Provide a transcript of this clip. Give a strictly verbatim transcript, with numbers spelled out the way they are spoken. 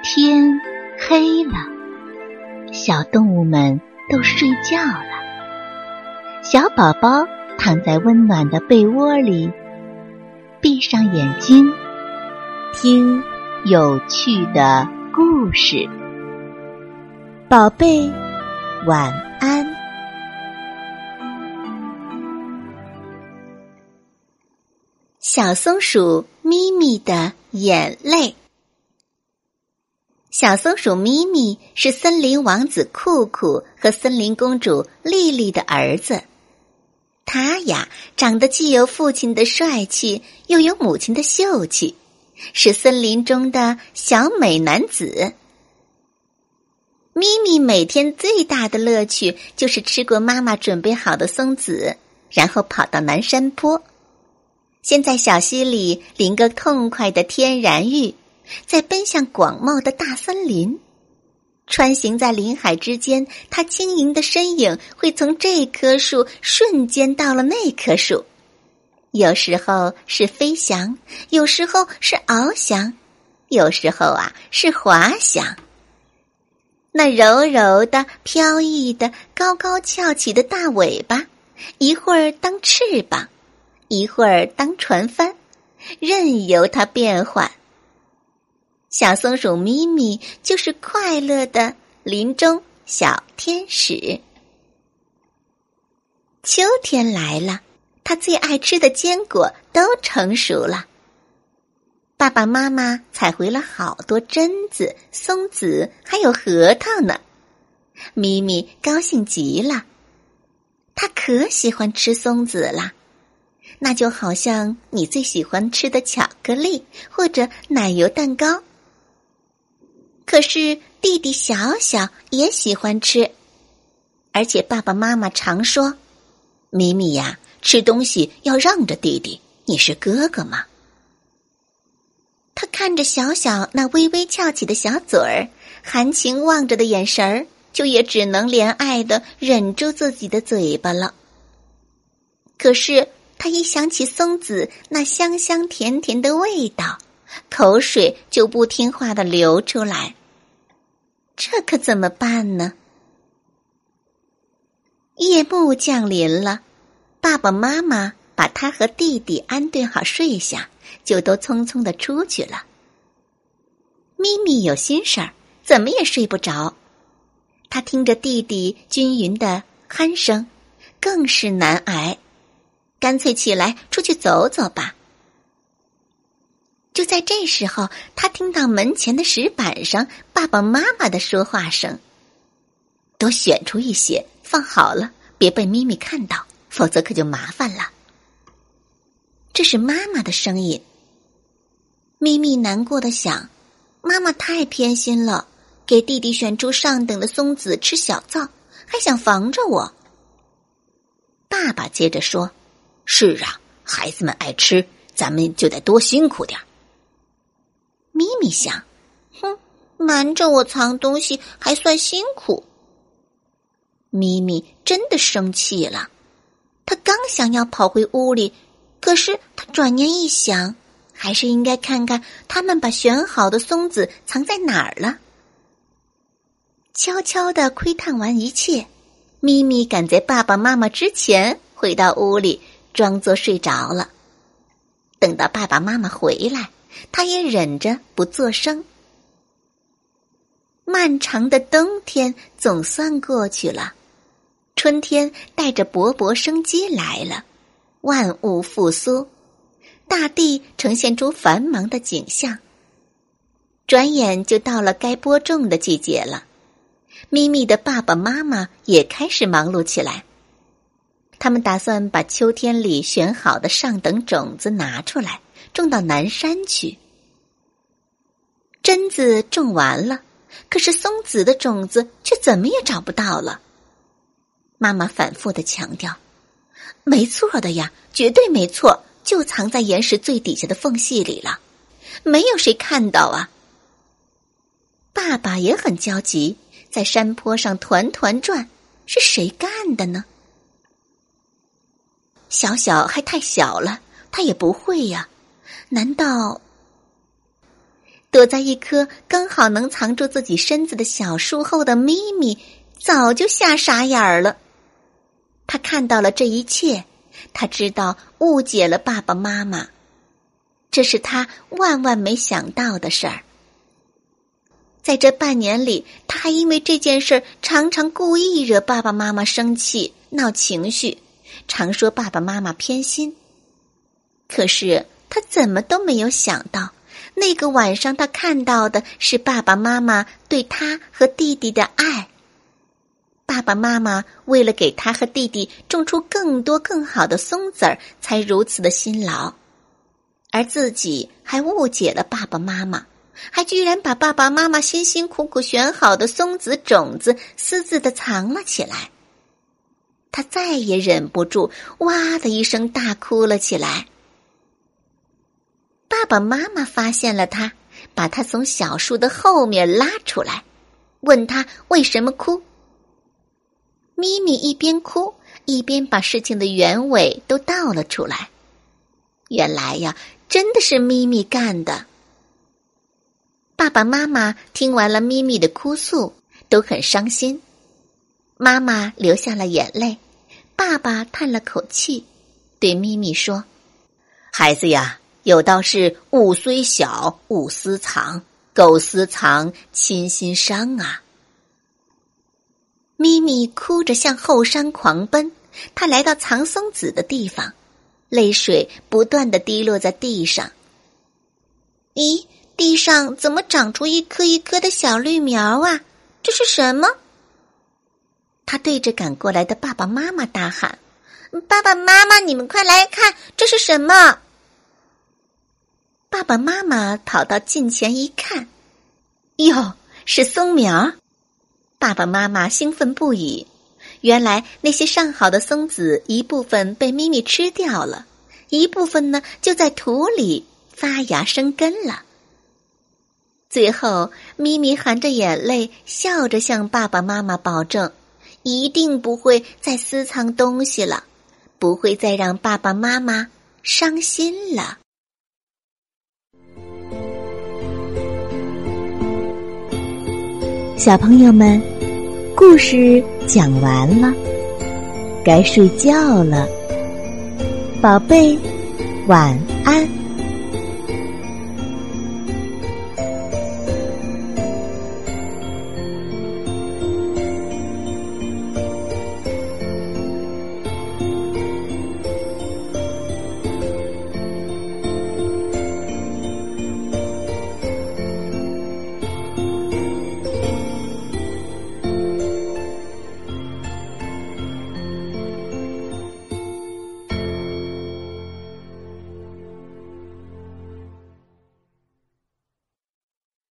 天黑了，小动物们都睡觉了。小宝宝躺在温暖的被窝里，闭上眼睛，听有趣的故事。宝贝，晚安。小松鼠咪咪的眼泪。小松鼠咪咪是森林王子酷酷和森林公主丽丽的儿子。他呀，长得既有父亲的帅气，又有母亲的秀气，是森林中的小美男子。咪咪每天最大的乐趣就是吃过妈妈准备好的松子，然后跑到南山坡，先在小溪里淋个痛快的天然浴，再奔向广袤的大森林。穿行在林海之间，它轻盈的身影会从这棵树瞬间到了那棵树，有时候是飞翔，有时候是翱翔，有时候啊是滑翔。那柔柔的、飘逸的、高高翘起的大尾巴，一会儿当翅膀，一会儿当船帆，任由它变换。小松鼠咪咪就是快乐的林中小天使。秋天来了，它最爱吃的坚果都成熟了。爸爸妈妈采回了好多榛子、松子，还有核桃呢。咪咪高兴极了，它可喜欢吃松子了。那就好像你最喜欢吃的巧克力或者奶油蛋糕。可是弟弟小小也喜欢吃，而且爸爸妈妈常说，咪咪呀，吃东西要让着弟弟，你是哥哥嘛。他看着小小那微微翘起的小嘴儿，含情望着的眼神儿，就也只能怜爱地忍住自己的嘴巴了。可是他一想起松子那香香甜甜的味道，口水就不听话地流出来。这可怎么办呢？夜幕降临了，爸爸妈妈把他和弟弟安顿好睡下，就都匆匆地出去了。咪咪有心事儿，怎么也睡不着。他听着弟弟均匀的鼾声，更是难挨。干脆起来出去走走吧。就在这时候，他听到门前的石板上爸爸妈妈的说话声。多选出一些，放好了，别被咪咪看到，否则可就麻烦了。这是妈妈的声音。咪咪难过的想，妈妈太偏心了，给弟弟选出上等的松子吃小灶，还想防着我。爸爸接着说，是啊，孩子们爱吃，咱们就得多辛苦点。咪咪想，哼，瞒着我藏东西还算辛苦。咪咪真的生气了，他刚想要跑回屋里，可是他转念一想，还是应该看看他们把选好的松子藏在哪儿了。悄悄地窥探完一切，咪咪赶在爸爸妈妈之前回到屋里，装作睡着了。等到爸爸妈妈回来，他也忍着不作声。漫长的冬天总算过去了，春天带着勃勃生机来了，万物复苏，大地呈现出繁忙的景象。转眼就到了该播种的季节了，咪咪的爸爸妈妈也开始忙碌起来。他们打算把秋天里选好的上等种子拿出来，种到南山去。榛子种完了，可是松子的种子却怎么也找不到了。妈妈反复地强调，没错的呀，绝对没错，就藏在岩石最底下的缝隙里了，没有谁看到啊。爸爸也很焦急，在山坡上团团转，是谁干的呢？小小还太小了，他也不会呀，难道躲在一棵刚好能藏住自己身子的小树后的咪咪早就吓傻眼儿了。他看到了这一切，他知道误解了爸爸妈妈，这是他万万没想到的事儿。在这半年里，他还因为这件事常常故意惹爸爸妈妈生气，闹情绪，常说爸爸妈妈偏心。可是他怎么都没有想到，那个晚上他看到的是爸爸妈妈对他和弟弟的爱。爸爸妈妈为了给他和弟弟种出更多更好的松子儿，才如此的辛劳，而自己还误解了爸爸妈妈，还居然把爸爸妈妈辛辛苦苦选好的松子种子私自的藏了起来。他再也忍不住，哇的一声大哭了起来。爸爸妈妈发现了他，把他从小树的后面拉出来，问他为什么哭。咪咪一边哭一边把事情的原委都道了出来。原来呀，真的是咪咪干的。爸爸妈妈听完了咪咪的哭诉，都很伤心。妈妈流下了眼泪，爸爸叹了口气，对咪咪说：孩子呀，有道是物虽小，勿私藏，苟私藏，亲心伤啊。咪咪哭着向后山狂奔，他来到藏松子的地方，泪水不断地滴落在地上。咦，地上怎么长出一颗一颗的小绿苗啊？这是什么？他对着赶过来的爸爸妈妈大喊：爸爸妈妈，你们快来看，这是什么？爸爸妈妈跑到近前一看，哟，是松苗。爸爸妈妈兴奋不已，原来那些上好的松子一部分被咪咪吃掉了，一部分呢就在土里发芽生根了。最后咪咪含着眼泪，笑着向爸爸妈妈保证，一定不会再私藏东西了，不会再让爸爸妈妈伤心了。 小朋友们，故事讲完了，该睡觉了，宝贝，晚安。